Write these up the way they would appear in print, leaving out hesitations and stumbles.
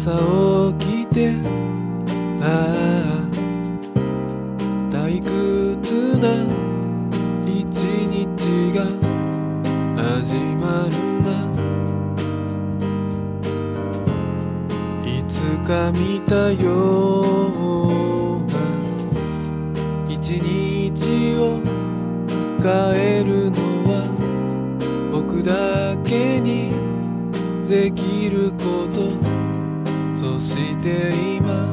朝起きて退屈な一日が始まるな。いつか見たような一日を変えるのは僕だけにできること。そして今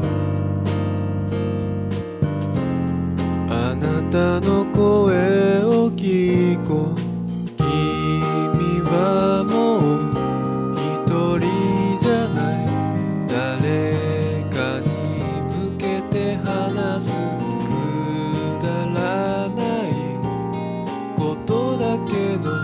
あなたの声を聞こう。君はもう一人じゃない。誰かに向けて話すくだらないことだけど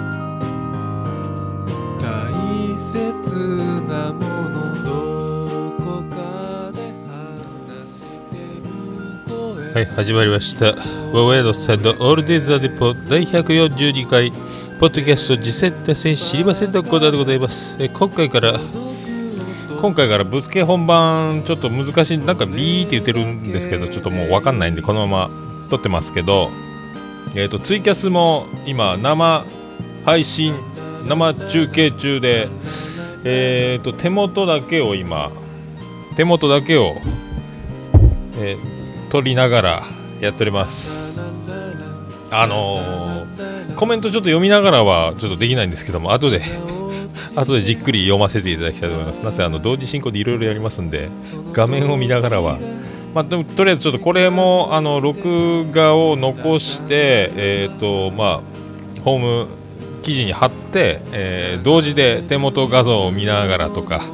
大切なもの。どこかで話してる声。 はい、始まりました。ワワヤドさんのオールデイズ・ザ・デポ第142回ポッドキャスト次戦打線知りませんのコーナーでございます。今回からぶつけ本番ちょっと難しい、なんかビーって言ってるんですけどちょっともう分かんないんでこのまま撮ってますけど、ツイキャスも今生配信生中継中で、手元だけを撮りながらやっております。コメントちょっと読みながらはちょっとできないんですけども、後でじっくり読ませていただきたいと思います。なぜ同時進行でいろいろやりますんで画面を見ながらは、でもとりあえずちょっとこれも録画を残して、ホーム記事に貼って、同時で手元画像を見ながらとか、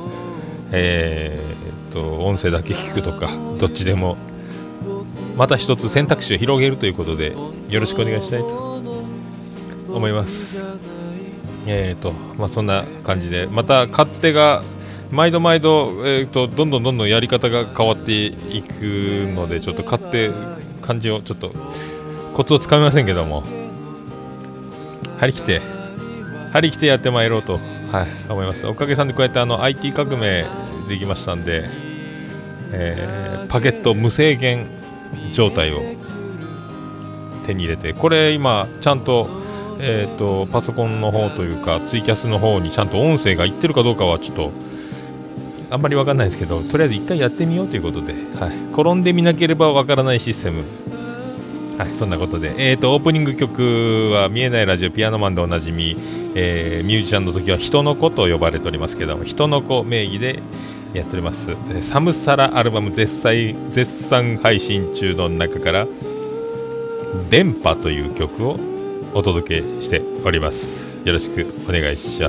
音声だけ聞くとかどっちでもまた一つ選択肢を広げるということでよろしくお願いしたいと思います。そんな感じでまた勝手が毎度、どんどんやり方が変わっていくのでちょっと勝手感じをちょっとコツをつかめませんけども、張り切ってやってまいろうと、思います。おかげさんでこうやってIT 革命できましたんで、パケット無制限状態を手に入れて、これ今ちゃんと、パソコンの方というかツイキャスの方にちゃんと音声がいってるかどうかはちょっとあんまり分かんないですけど、とりあえず一回やってみようということで、転んでみなければ分からないシステム、そんなことで、オープニング曲は見えないラジオピアノマンでおなじみ、ミュージシャンの時は人の子と呼ばれておりますけども、人の子名義でやっております。サムサラアルバム絶賛配信中の中から電波という曲をお届けしております。よろしくお願いします。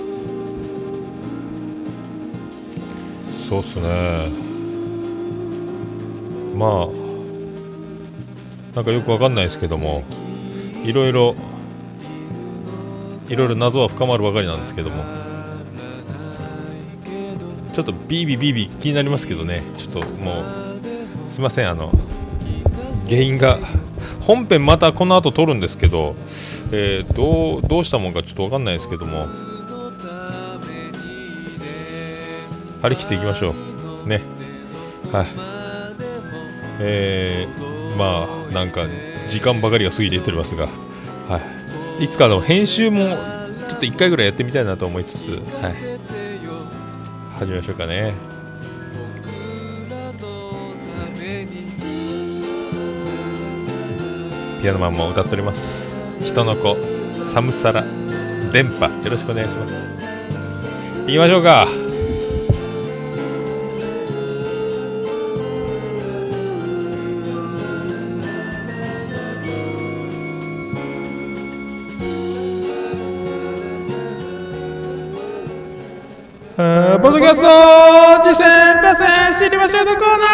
そうっすね、なんかよくわかんないですけども、いろいろ謎は深まるばかりなんですけども、ちょっとビービー気になりますけどね。ちょっともうすいません、原因が本編またこの後撮るんですけど、どうしたもんかちょっと分かんないですけども、張り切っていきましょうね。なんか時間ばかりが過ぎていっておりますが、いつかの編集もちょっと1回ぐらいやってみたいなと思いつつ、始めましょうかね。ピアノマンも歌っております。人の子、サムサラ、電波、よろしくお願いします。行きましょうか。ポッドキャスト次戦打線知りましょうのコーナー。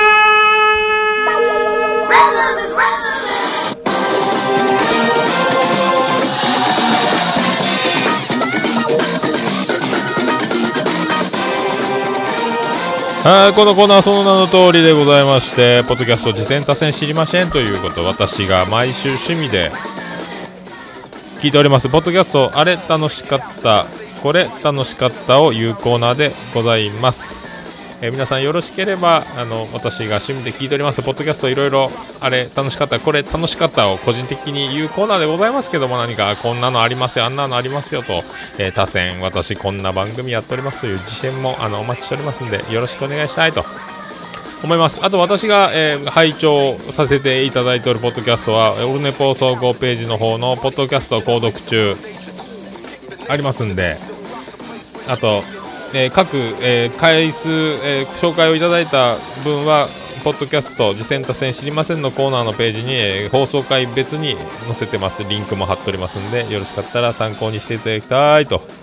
このコーナーはその名の通りでございまして、ポッドキャスト次戦打線知りませんということを私が毎週趣味で聞いております。ポッドキャストあれ楽しかったこれ楽しかったをいうコーナーでございます。皆さんよろしければ私が趣味で聞いておりますポッドキャストいろいろあれ楽しかったこれ楽しかったを個人的に言うコーナーでございますけども、何かこんなのありますよあんなのありますよと、他選私こんな番組やっておりますという自薦もお待ちしておりますのでよろしくお願いしたいと思います。あと私が、拝聴させていただいておるポッドキャストはオルネポ総合ページの方のポッドキャスト購読中ありますんで、あと各、回数、紹介をいただいた分はポッドキャスト次戦他戦知りませんのコーナーのページに、放送回別に載せてます。リンクも貼っておりますんでよろしかったら参考にしていただきたいと、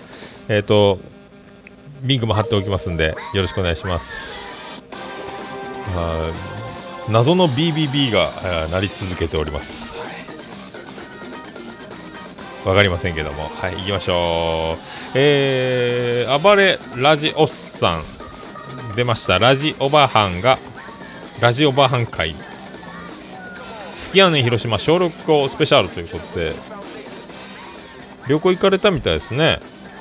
リンクも貼っておきますんでよろしくお願いします。謎の BBB が鳴り続けております。わかりませんけども、はい、行きましょう。暴れラジオッさん出ました。ラジオバハン会好きやねん広島小6校スペシャルということで旅行行かれたみたいですね。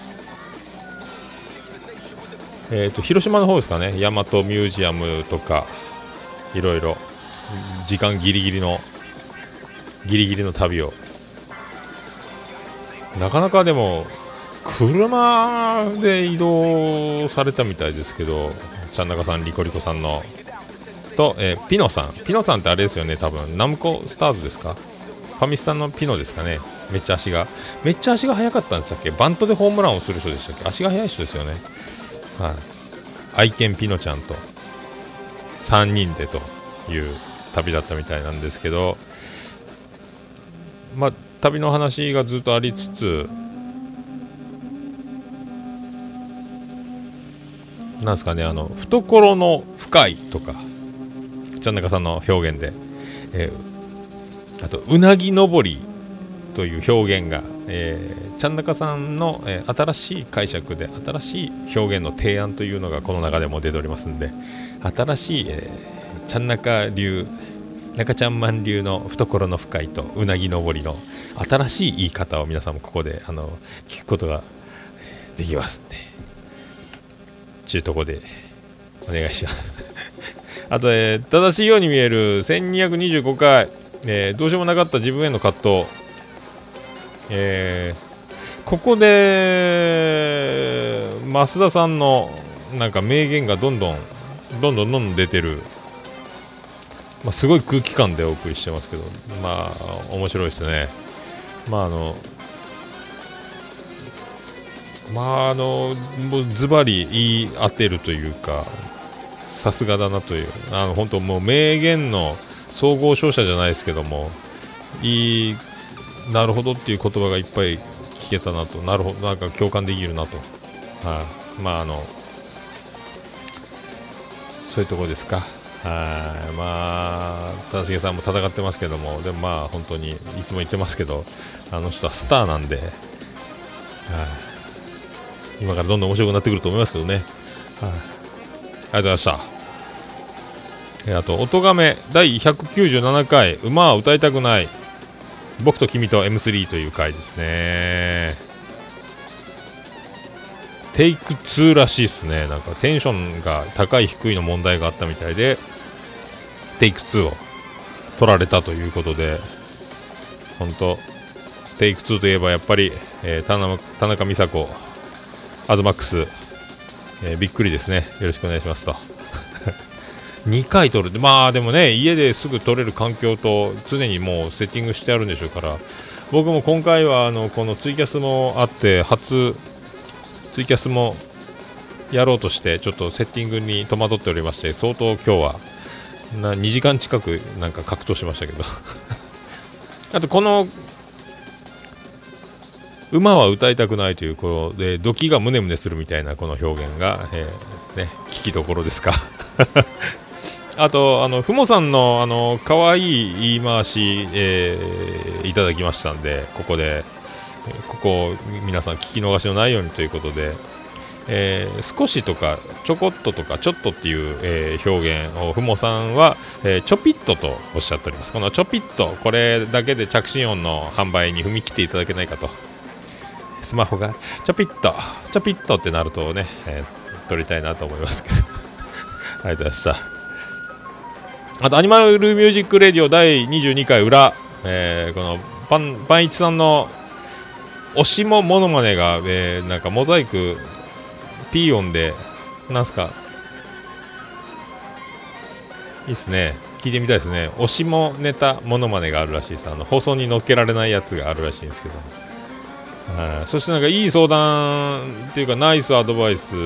広島の方ですかね。大和ミュージアムとかいろいろ時間ギリギリの旅をなかなかでも車で移動されたみたいですけど、ちゃんなかさんリコリコさんのと、ピノさんってあれですよね、多分ナムコスターズですか、ファミスタのピノですかね。めっちゃ足が速かったんでしたっけ。バントでホームランをする人でしたっけ。足が速い人ですよね。はい、愛犬ピノちゃんと3人でという旅だったみたいなんですけど、まあ旅の話がずっとありつつ、なんですかね、懐の深いとかちゃんなかさんの表現で、あとうなぎ登りという表現が、ちゃんなかさんの、新しい解釈で新しい表現の提案というのがこの中でも出ておりますんで、新しい、ちゃんなか流中ちゃんマン流の懐の深いとうなぎ登りの新しい言い方を皆さんもここで聞くことができますんで、ちゅうとこでお願いしますあと、正しいように見える1225回、どうしようもなかった自分への葛藤、ここで増田さんのなんか名言がどんどん出てる、すごい空気感でお送りしてますけど、面白いですね。もうズバリ言い当てるというか、さすがだなという、本当もう名言の総合商社じゃないですけども、なるほどっていう言葉がいっぱい聞けたなと、なるほど、なんか共感できるなと、そういうところですか。田重さんも戦ってますけども、でも本当にいつも言ってますけど、あの人はスターなんで、今からどんどん面白くなってくると思いますけどね。ありがとうございました。あと音亀第197回馬は歌いたくない僕と君と M3 という回ですね。テイク2らしいですね。なんかテンションが高い低いの問題があったみたいでテイク2を取られたということで、本当テイク2といえばやっぱり、田中美佐子アズマックス、びっくりですね。よろしくお願いしますと2回取る、でもね、家ですぐ取れる環境と常にもうセッティングしてあるんでしょうから、僕も今回はこのツイキャスもあって初ツイキャスもやろうとしてちょっとセッティングに戸惑っておりまして、相当今日は2時間近くなんか格闘しましたけどあとこの馬は歌いたくないというこでドキがムネムネするみたいなこの表現が、聞きどころですかあとふもさんの可愛い言い回し、いただきましたんで、ここ皆さん聞き逃しのないようにということで、少しとかちょこっととかちょっとっていう、表現をふもさんは、ちょぴっととおっしゃっております。このちょぴっと、これだけで着信音の販売に踏み切っていただけないかと、 スマホがちょぴっとってなるとね、撮りたいなと思いますけどありがとうございました。あとアニマルミュージックレディオ第22回裏、このパンイチさんのおしもモノマネが、なんかモザイクピー音でなんすかいいっすね、聞いてみたいですね。おしもネタモノマネがあるらしいです。放送に乗っけられないやつがあるらしいんですけど、そしてなんかいい相談っていうかナイスアドバイス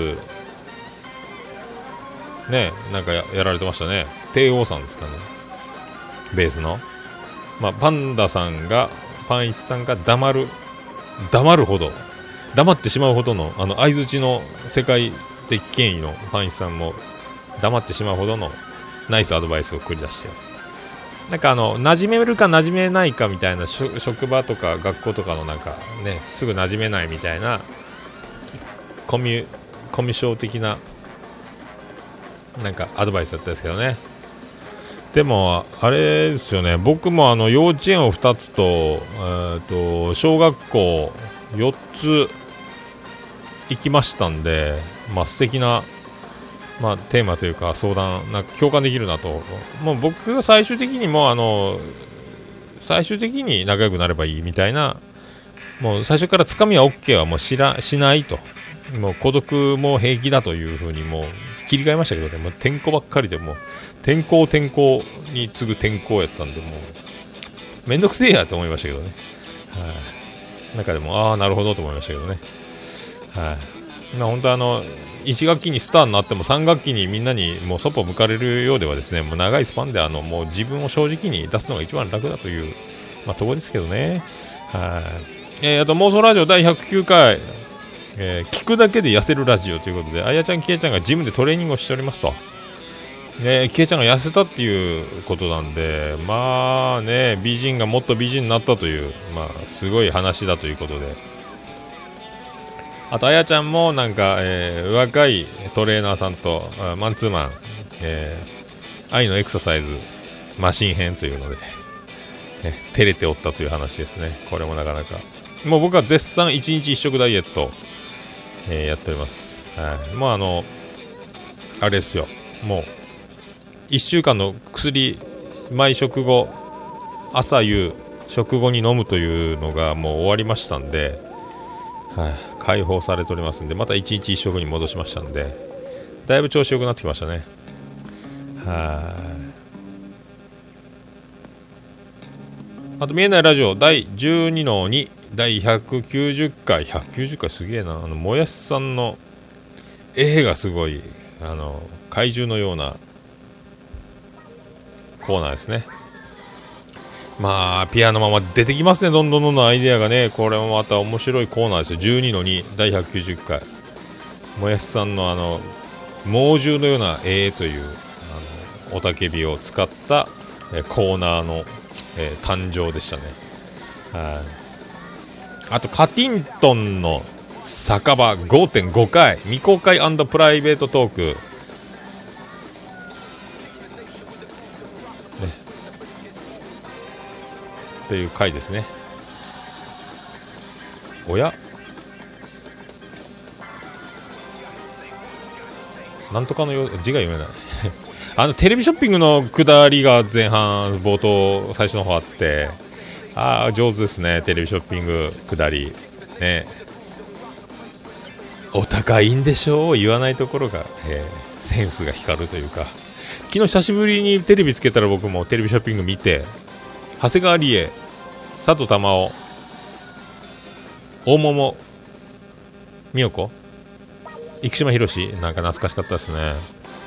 ね、なんか やられてましたね。帝王さんですかね、ベースの、パンダさんがパンイチさんが黙るほど黙ってしまうほどの相づちの世界的権威のパンイチさんも黙ってしまうほどのナイスアドバイスを繰り出して、なんか馴染めるか馴染めないかみたいな職場とか学校とかのなんかね、すぐ馴染めないみたいなコミュ障的ななんかアドバイスだったんですけどね。でもあれですよね、僕も幼稚園を2つと、小学校4つ行きましたんで、素敵な、テーマというか相談なんか共感できるなと。もう僕は最終的にも最終的に仲良くなればいいみたいな、もう最初からつかみは OK はもうしないと、もう孤独も平気だというふうにもう切り替えましたけどね。もう転校ばっかりでもう転校に次ぐ転校やったんで、もうめんどくせえやと思いましたけどね。中でもなるほどと思いましたけどね。本当1学期にスターになっても3学期にみんなにもうそっぽ向かれるようではですね、もう長いスパンでもう自分を正直に出すのが一番楽だという、ところですけどね。あと妄想ラジオ第109回、聞くだけで痩せるラジオということで、あやちゃんきえちゃんがジムでトレーニングをしておりますと。きえちゃんが痩せたっていうことなんで、美人がもっと美人になったという、すごい話だということで、あとあやちゃんもなんか、若いトレーナーさんとマンツーマン、愛のエクササイズマシン編というので、照れておったという話ですね。これもなかなか、もう僕は絶賛1日1食ダイエット、やっております。もうあれですよ、もう1週間の薬毎食後朝夕食後に飲むというのがもう終わりましたんで、解放されておりますんで、また1日1食に戻しましたんで、だいぶ調子良くなってきましたね。あと見えないラジオ第12の2第190回すげえな。もやしさんの絵がすごい怪獣のようなコーナーですね。ピアノまま出てきますね、どんどんアイデアがね。これもまた面白いコーナーですよ。12の2第190回もやしさんの猛獣のような絵という雄たけびを使ったコーナーの誕生でしたね。あとカティントンの酒場 5.5 回未公開&プライベートトーク、という回ですね。おやなんとかの字が読めないテレビショッピングの下りが前半冒頭最初の方あって、上手ですね。テレビショッピング下りね、お高いんでしょう言わないところが、センスが光るというか、昨日久しぶりにテレビつけたら僕もテレビショッピング見て、長谷川理恵、佐藤珠緒、大桃美代子、生島博士、なんか懐かしかったですね。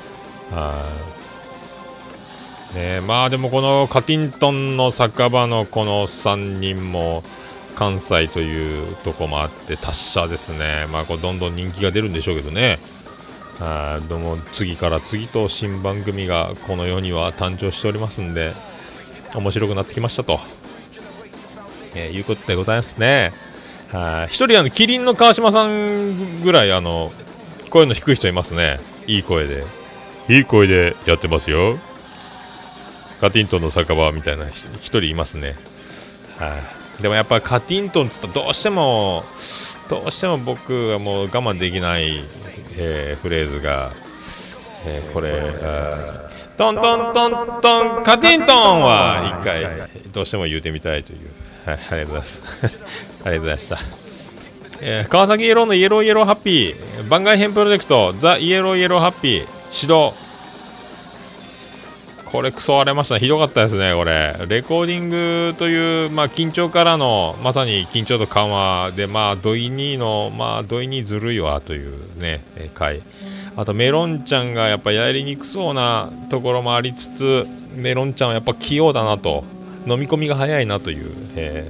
でもこのカティントンの酒場のこの3人も関西というとこもあって達者ですね。これどんどん人気が出るんでしょうけどね。でも次から次と新番組がこの世には誕生しておりますんで、面白くなってきましたと、いうことでございますね。一人キリンの川島さんぐらい声の低い人いますね。いい声でやってますよ、カティントンの酒場みたいな一人いますね。でもやっぱカティントンって言ったらどうしてもどうしても僕はもう我慢できない、フレーズが、これトントントントンカティントンは一回どうしても言うてみたいという、はい、ありがとうございますありがとうございました。川崎イエローのイエローイエローハッピー番外編プロジェクトザイエローイエローハッピー始動。これクソ荒れました。ひどかったですね。これレコーディングという、緊張からのまさに緊張と緩和で、ドイニーの、ドイニーずるいわというね、回。あとメロンちゃんがやっぱやりにくそうなところもありつつ、メロンちゃんはやっぱ器用だなと、飲み込みが早いなという、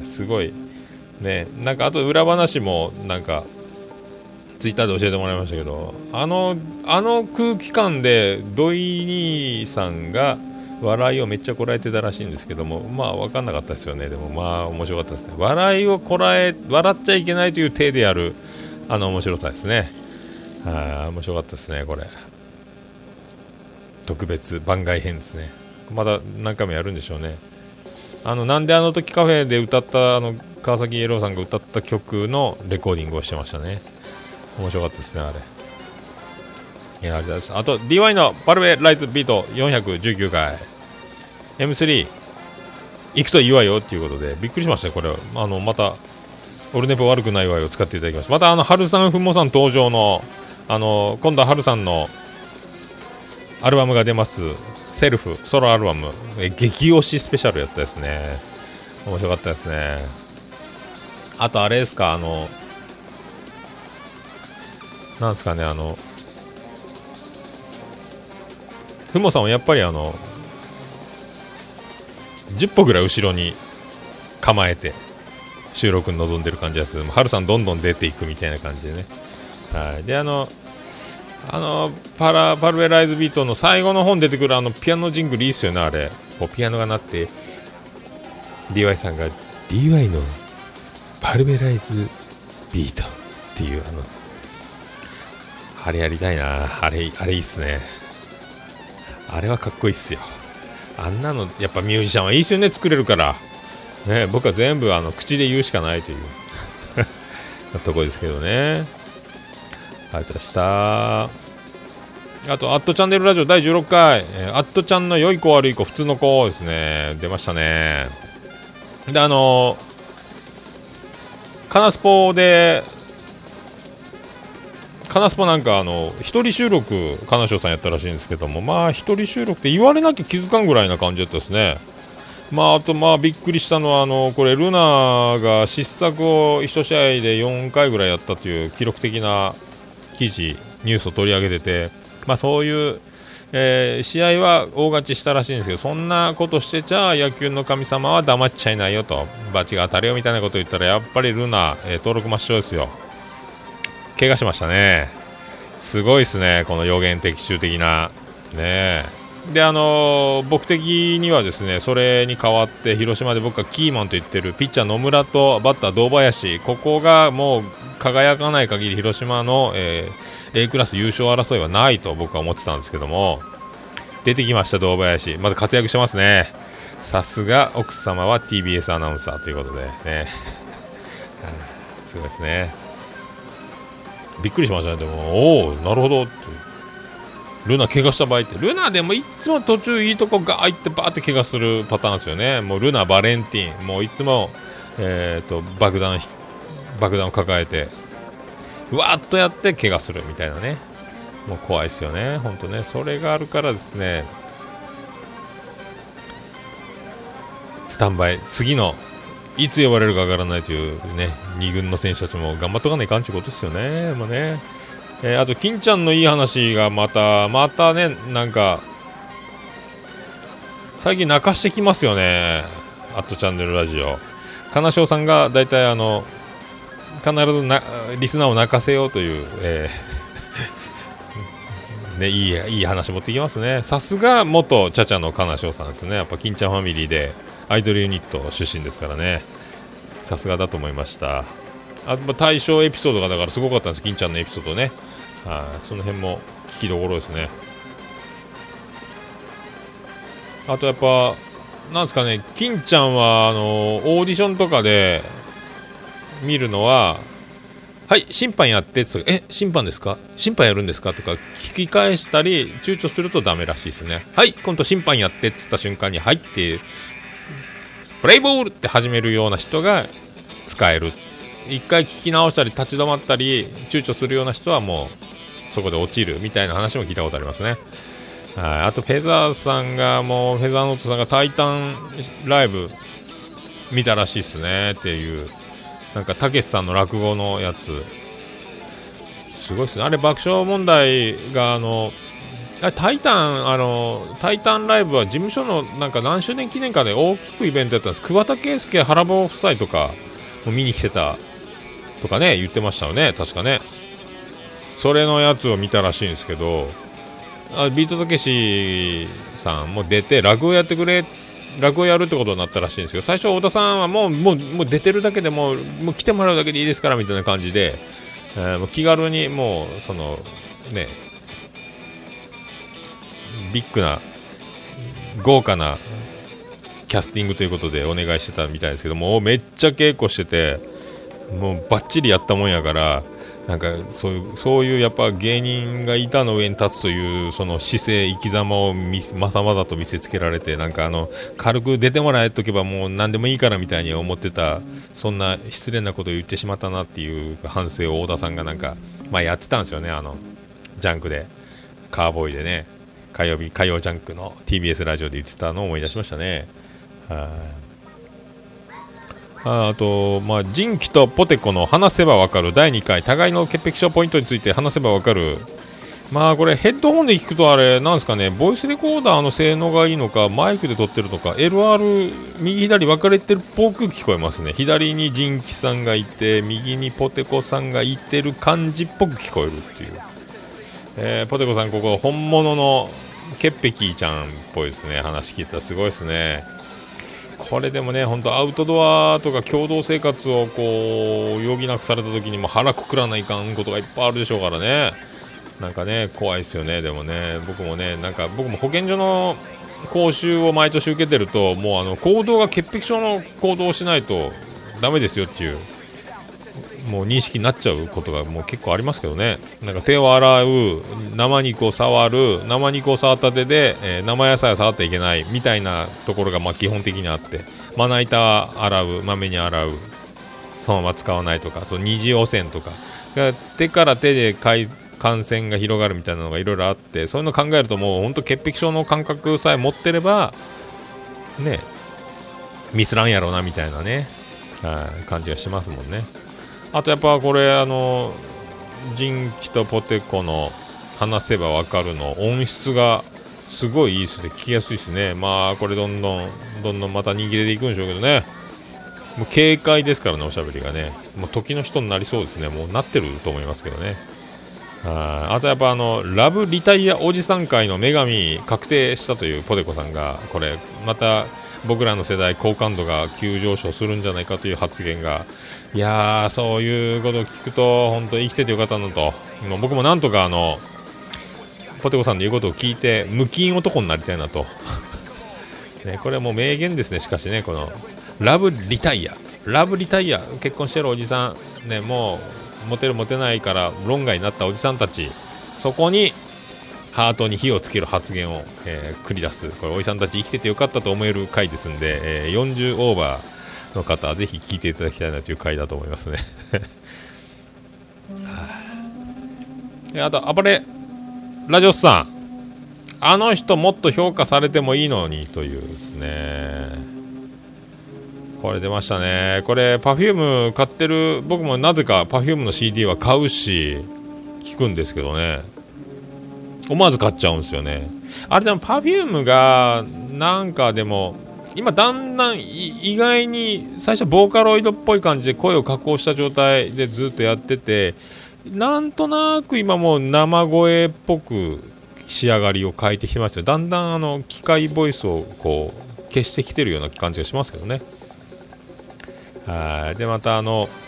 すごいね。なんかあと裏話もなんかツイッターで教えてもらいましたけど、あの空気感でドイニーさんが笑いをめっちゃこらえてたらしいんですけども、分かんなかったですよね。でも面白かったですね。笑っちゃいけないという体でやる面白さですね。面白かったですね。これ特別番外編ですね。まだ何回もやるんでしょうね。なんであの時カフェで歌った川崎イエローさんが歌った曲のレコーディングをしてましたね。面白かったですね。あれ、いや、ありがとうございます。あと DY のパルベライズビート419回 M3 行くといいわよっていうことでびっくりしましたね。これまたオルネポ悪くないわよを使っていただきました。また春さんふもさん登場の今度は春さんのアルバムが出ます。セルフソロアルバム激推しスペシャルやったですね。面白かったですね。あとあれですか、なんですかね、ふもさんはやっぱり10歩ぐらい後ろに構えて収録に臨んでる感じですけども、春さんどんどん出ていくみたいな感じでね。はい。でパルベライズビートの最後の本出てくるピアノジングルいいっすよね。あれピアノが鳴って DY さんが DY のパルベライズビートっていうあれやりたいな。あれいいっすね。あれはかっこいいっすよ。あんなのやっぱミュージシャンはいいっすよね。作れるからね。僕は全部口で言うしかないというとこですけどね。ありがとうございました。あとアットチャンネルラジオ第16回、アットちゃんの良い子悪い子普通の子ですね。出ましたね。でカナスポなんか一人収録カナショウさんやったらしいんですけども、一人収録って言われなきゃ気づかんぐらいな感じだったですね。あとびっくりしたのはこれルナが失策を1試合で4回ぐらいやったという記録的な記事ニュースを取り上げてて、そういう、試合は大勝ちしたらしいんですけど、そんなことしてちゃ野球の神様は黙っちゃいないよと、バチが当たるよみたいなことを言ったらやっぱりルナ、登録抹消ですよ。怪我しましたね。すごいですね、この予言的中的なね。で僕的にはですね、それに代わって広島で僕がキーマンと言ってるピッチャー野村とバッター堂林、ここがもう輝かない限り広島の、A クラス優勝争いはないと僕は思ってたんですけども、出てきました堂林。まだ活躍してますね。さすが奥様は TBS アナウンサーということでねすごいですね。びっくりしましたね。でもなるほどって。ルナ怪我した場合ってルナでもいつも途中いいとこガーってバーって怪我するパターンですよね。もうルナバレンティンもういつも、爆弾を抱えてわーっとやって怪我するみたいなね。もう怖いですよね本当ね。それがあるからですね、スタンバイ次のいつ呼ばれるかわからないというね、2軍の選手たちも頑張っとかないかんということですよね。あと金ちゃんのいい話がまたね、なんか最近泣かしてきますよね。アットチャンネルラジオ金賞さんがだいたい必ずリスナーを泣かせようという、ね、いい話持ってきますね。さすが元チャチャの金賞さんですね。やっぱ金ちゃんファミリーでアイドルユニット出身ですからね。さすがだと思いました。大賞エピソードがだからすごかったんです。金ちゃんのエピソードね。その辺も聞きどころですね。あとやっぱなんですかね、金ちゃんはオーディションとかで見るのははい審判やってとか審判ですか審判やるんですかとか聞き返したり躊躇するとダメらしいですよね。はい今度審判やってっつった瞬間にはいってプレイボールって始めるような人が使える。一回聞き直したり立ち止まったり躊躇するような人はもうそこで落ちるみたいな話も聞いたことありますね。あとフェザーさんがもうフェザーノートさんがタイタンライブ見たらしいっすねっていうなんかたけしさんの落語のやつすごいっすね。あれ爆笑問題がタイタンライブは事務所のなんか何周年記念かで大きくイベントやったんです。桑田佳祐原坊夫妻とかも見に来てたとかね言ってましたよね確かね。それのやつを見たらしいんですけどビートたけしさんも出て落語やってくれ落語やるってことになったらしいんですけど最初太田さんはもう出てるだけでもう来てもらうだけでいいですからみたいな感じで、もう気軽にもうそのねビッグな豪華なキャスティングということでお願いしてたみたいですけどもめっちゃ稽古しててもうバッチリやったもんやからなんかそういうやっぱ芸人が板の上に立つというその姿勢生き様をまざまざと見せつけられてなんか軽く出てもらえとけばもう何でもいいからみたいに思ってたそんな失礼なことを言ってしまったなっていう反省を太田さんがなんか、やってたんですよねジャンクでカーボーイでね火曜ジャンクの TBS ラジオで言ってたのを思い出しましたね。あと、人気とポテコの話せばわかる第2回互いの潔癖症ポイントについて話せばわかる。これヘッドホンで聞くとあれなんですかねボイスレコーダーの性能がいいのかマイクで撮ってるのか LR 右左分かれてるっぽく聞こえますね。左に人気さんがいて右にポテコさんがいてる感じっぽく聞こえるっていう、ポテコさんここ本物の潔癖ちゃんっぽいですね。話聞いたらすごいですね。これでもね本当アウトドアとか共同生活をこう余儀なくされた時にも腹くくらないかんことがいっぱいあるでしょうからね。なんかね怖いですよね。でもね僕も保健所の講習を毎年受けてるともう行動が潔癖症の行動をしないとダメですよっていうもう認識になっちゃうことがもう結構ありますけどね。なんか手を洗う生肉を触る生肉を触った手で、生野菜を触ってはいけないみたいなところが基本的にあってまな板洗うまめに洗うそのまま使わないとか二次汚染とか手から手で感染が広がるみたいなのがいろいろあってそういうのを考えるともう本当潔癖症の感覚さえ持ってればねミスらんやろうなみたいなね感じがしますもんね。あとやっぱこれ人気とポテコの話せばわかるの音質がすごいいいですね。聞きやすいですね。これどんどんまた人気出ていくんでしょうけどね。もう軽快ですからねおしゃべりがねもう時の人になりそうですね。もうなってると思いますけどね。あとやっぱラブリタイアおじさん会の女神確定したというポテコさんがこれまた僕らの世代好感度が急上昇するんじゃないかという発言がいやーそういうことを聞くと本当生きててよかったなと僕もなんとかポテコさんの言うことを聞いて無菌男になりたいなと、ね、これはもう名言ですね。しかしねこのラブリタイア結婚してるおじさん、ね、もうモテるモテないから論外になったおじさんたちそこにハートに火をつける発言を、繰り出すこれおじさんたち生きててよかったと思える回ですんで、40オーバーの方はぜひ聞いていただきたいなという回だと思いますねあと暴れラジオスさんあの人もっと評価されてもいいのにというですね。これ出ましたね。これ Perfume 買ってる僕もなぜか Perfume の CD は買うし聞くんですけどね思わず買っちゃうんですよね。あれでも Perfume がなんかでも今だんだん意外に最初ボーカロイドっぽい感じで声を加工した状態でずっとやっててなんとなく今もう生声っぽく仕上がりを変えてきてますよ。だんだん機械ボイスをこう消してきてるような感じがしますけどね。でまた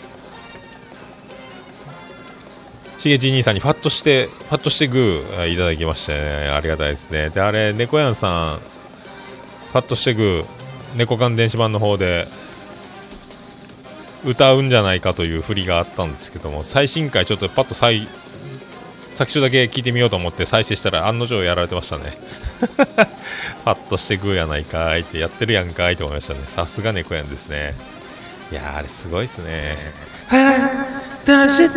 しげち兄さんにファッとしてグーいただきましてねありがたいですね。であれ猫やんさんファッとしてグー猫缶電子版の方で歌うんじゃないかという振りがあったんですけども、最新回ちょっとパッと作詞だけ聞いてみようと思って再生したら案の定やられてましたねパッとしてグーやないかいってやってるやんかいと思いましたね。さすが猫やんですね。いやー、あれすごいですね。出して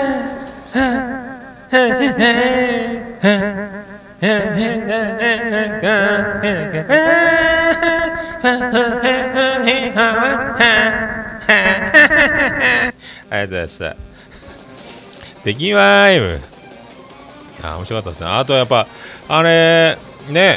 ありがとうございました。できまーむ。面白かったですね。あとやっぱあれね、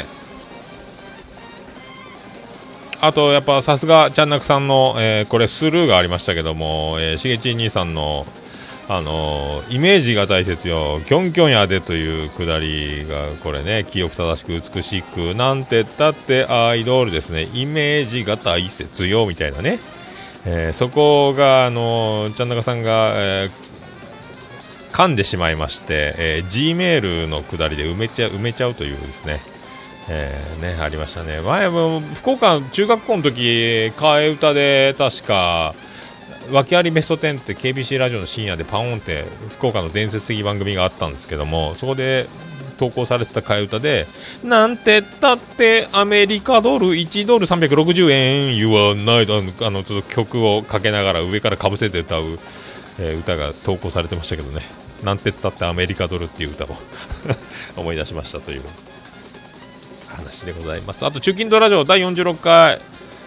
あとやっぱさすがちゃんなくさんの、これスルーがありましたけども、しげち兄さんのイメージが大切よ、キョンキョンやでというくだりがこれね、清く正しく美しくなんてったってアイドルですね、イメージが大切よみたいなね、そこがちゃんなかさんが、噛んでしまいまして、G メールのくだりで埋めちゃうというですね、ね、ありましたね。前も福岡中学校の時替え歌で確か訳ありベスト10って KBC ラジオの深夜でパオンって福岡の伝説的番組があったんですけども、そこで投稿されてた替え歌で、なんてったってアメリカドル1ドル360円言わないと、ちょっと曲をかけながら上からかぶせて歌う、歌が投稿されてましたけどね、なんてったってアメリカドルっていう歌を思い出しましたという話でございます。あと中近東ラジオ第46回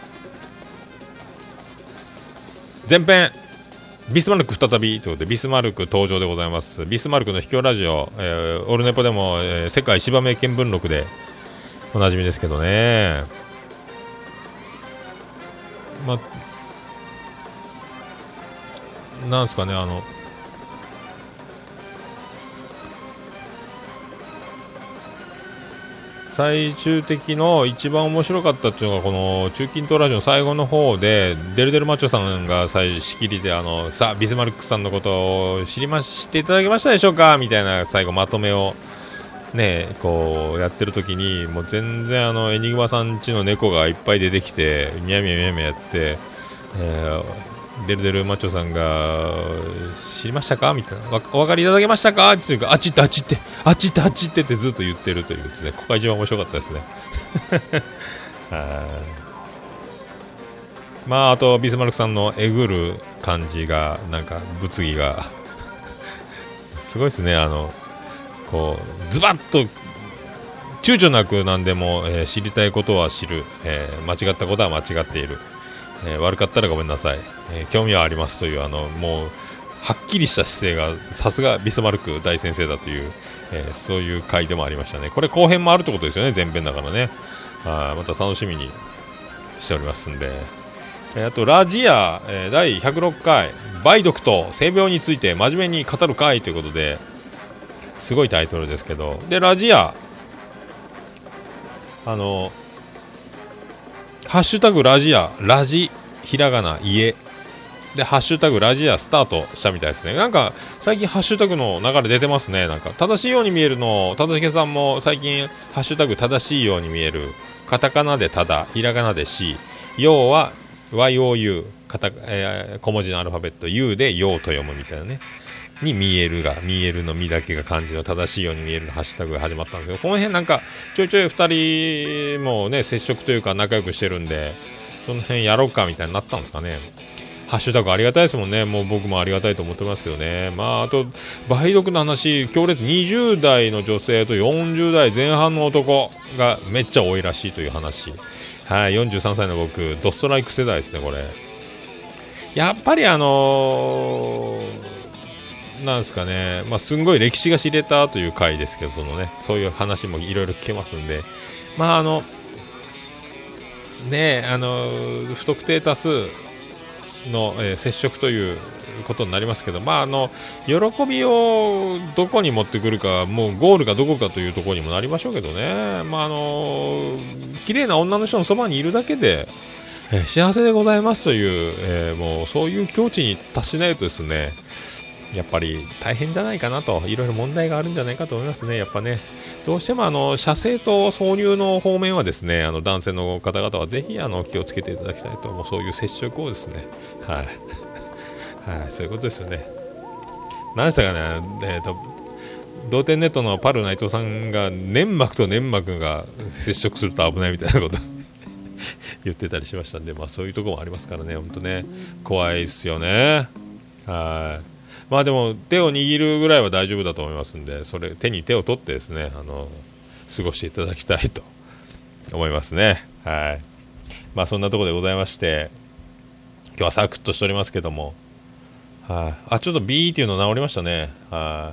前編ビスマルク再びということで、ビスマルク登場でございます。ビスマルクの秘境ラジオ、オルネポでも、世界芝目見聞録でおなじみですけどね、なんですかね、最終的の一番面白かったっていうのがこの中近東ラジオの最後の方で、デルデルマッチョさんが仕切りでさあビスマルクさんのことを知っていただけましたでしょうかみたいな最後まとめをねこうやってる時に、もう全然エニグマさん家の猫がいっぱい出てきてミャミャミャミャやって、デルデルマッチョさんが知りましたかみたいな、お分かりいただけましたかっていうか、あっち行ってあっち行ってあっち行ってあっち行ってってずっと言ってるというですね、ここが一番面白かったですねあとビスマルクさんのえぐる感じがなんか物議がすごいですね。こうズバッと躊躇なく何でも、知りたいことは知る、間違ったことは間違っている、悪かったらごめんなさい、興味はありますというもうはっきりした姿勢がさすがビスマルク大先生だという、そういう回でもありましたね。これ後編もあるってことですよね、前編だからね。また楽しみにしておりますんで、あとラジア、第106回梅毒と性病について真面目に語る回ということで、すごいタイトルですけど、でラジアハッシュタグラジア、ラジひらがな家でハッシュタグラジアスタートしたみたいですね。なんか最近ハッシュタグの流れ出てますね。なんか正しいように見えるの、正しげさんも最近ハッシュタグ正しいように見える、カタカナでただ、ひらがなでし、要は YOU、小文字のアルファベット U でようと読むみたいなねに見えるのみだけが漢字の正しいように見えるのハッシュタグが始まったんですけど、この辺なんかちょいちょい2人もね接触というか仲良くしてるんで、その辺やろうかみたいになったんですかね。ハッシュタグありがたいですもんね。もう僕もありがたいと思ってますけどね。あと梅毒の話、強烈、20代の女性と40代前半の男がめっちゃ多いらしいという話。はい、43歳の僕ドストライク世代ですね。これやっぱりなんですかね、すんごい歴史が知れたという回ですけど、そういう話もいろいろ聞けますんで、不特定多数の、接触ということになりますけど、喜びをどこに持ってくるか、もうゴールがどこかというところにもなりましょうけどね。綺麗な女の人のそばにいるだけで、幸せでございますという、もうそういう境地に達しないとですね、やっぱり大変じゃないかなと、いろいろ問題があるんじゃないかと思いますね。やっぱね、どうしても射精と挿入の方面はですね、男性の方々はぜひ気をつけていただきたいと、もうそういう接触をですね、はいはい、そういうことですよね。何でしたかね、同点ネットのパル内藤さんが粘膜と粘膜が接触すると危ないみたいなこと言ってたりしましたんで、まあ、そういうところもありますからね、本当ね、怖いですよね。はい、まあでも手を握るぐらいは大丈夫だと思いますんで、それ手に手を取ってですね、過ごしていただきたいと思いますね。はい、まあそんなところでございまして、今日はサクッとしておりますけども、はい、ちょっと B っていうの治りましたね。はい、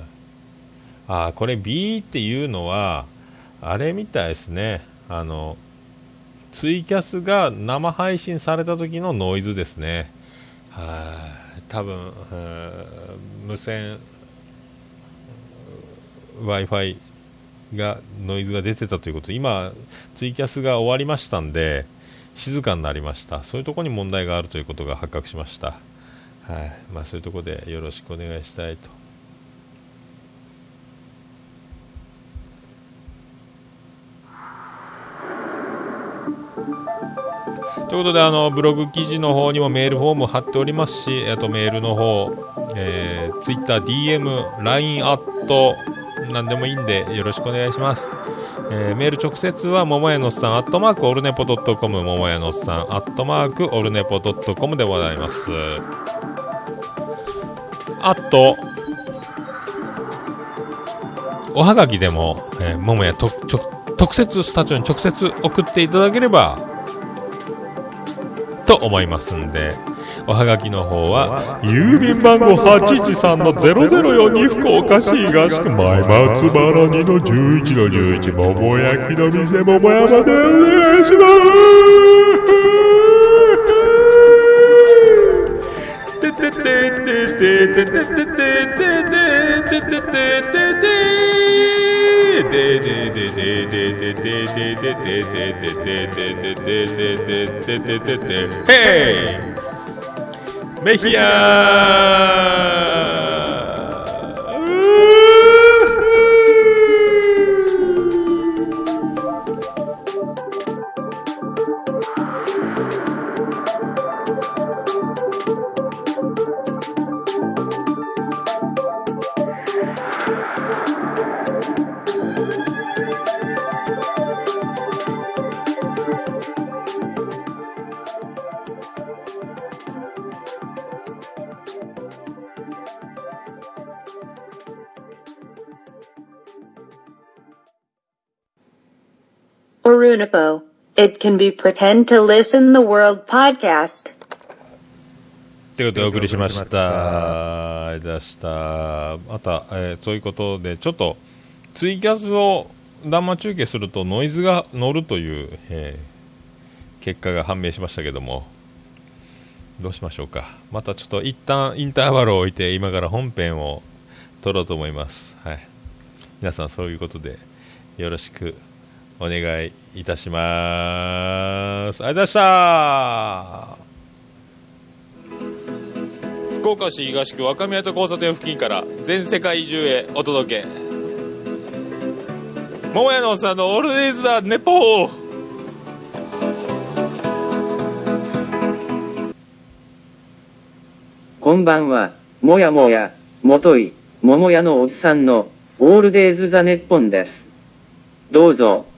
これ B っていうのはあれみたいですね。ツイキャスが生配信された時のノイズですね。多分無線 Wi-Fi がノイズが出てたということで、今ツイキャスが終わりましたんで静かになりました。そういうところに問題があるということが発覚しました。はい、まあ、そういうところでよろしくお願いしたいと。ということでブログ記事の方にもメールフォーム貼っておりますし、あとメールの方、Twitter、DM、LINE アット何でもいいんでよろしくお願いします。メール直接はももやのっさんオルネポ.com、ももやのっさんオルネポ.com でございます。あとおはがきでも、ももや特設スタジオに直接送っていただければと思いますんで、おはがきの方は郵便番号 813-0042 福岡市東区前松原2の11の11桃焼きの店桃山でお願いします。ててててててててててててメヒア Orunapo. It can be pretend to listen the world podcast. ということでお送りしました。また、そういうことでちょっとツイキャスを生中継するとノイズが乗るという、結果が判明しましたけども、どうしましょうか。またちょっと一旦インターバルを置いて今から本編を撮ろうと思います。はい、皆さんそういうことでよろしくお願いいたします。ありがとうございました。福岡市東区若宮と交差点付近から全世界中へお届け、桃屋のおっさんのオールディーズ・ザ・ネポー。 こんばんは、もやもや、もとい、桃屋のおっさんのオールデイズ・ザ・ネッポンです。どうぞ。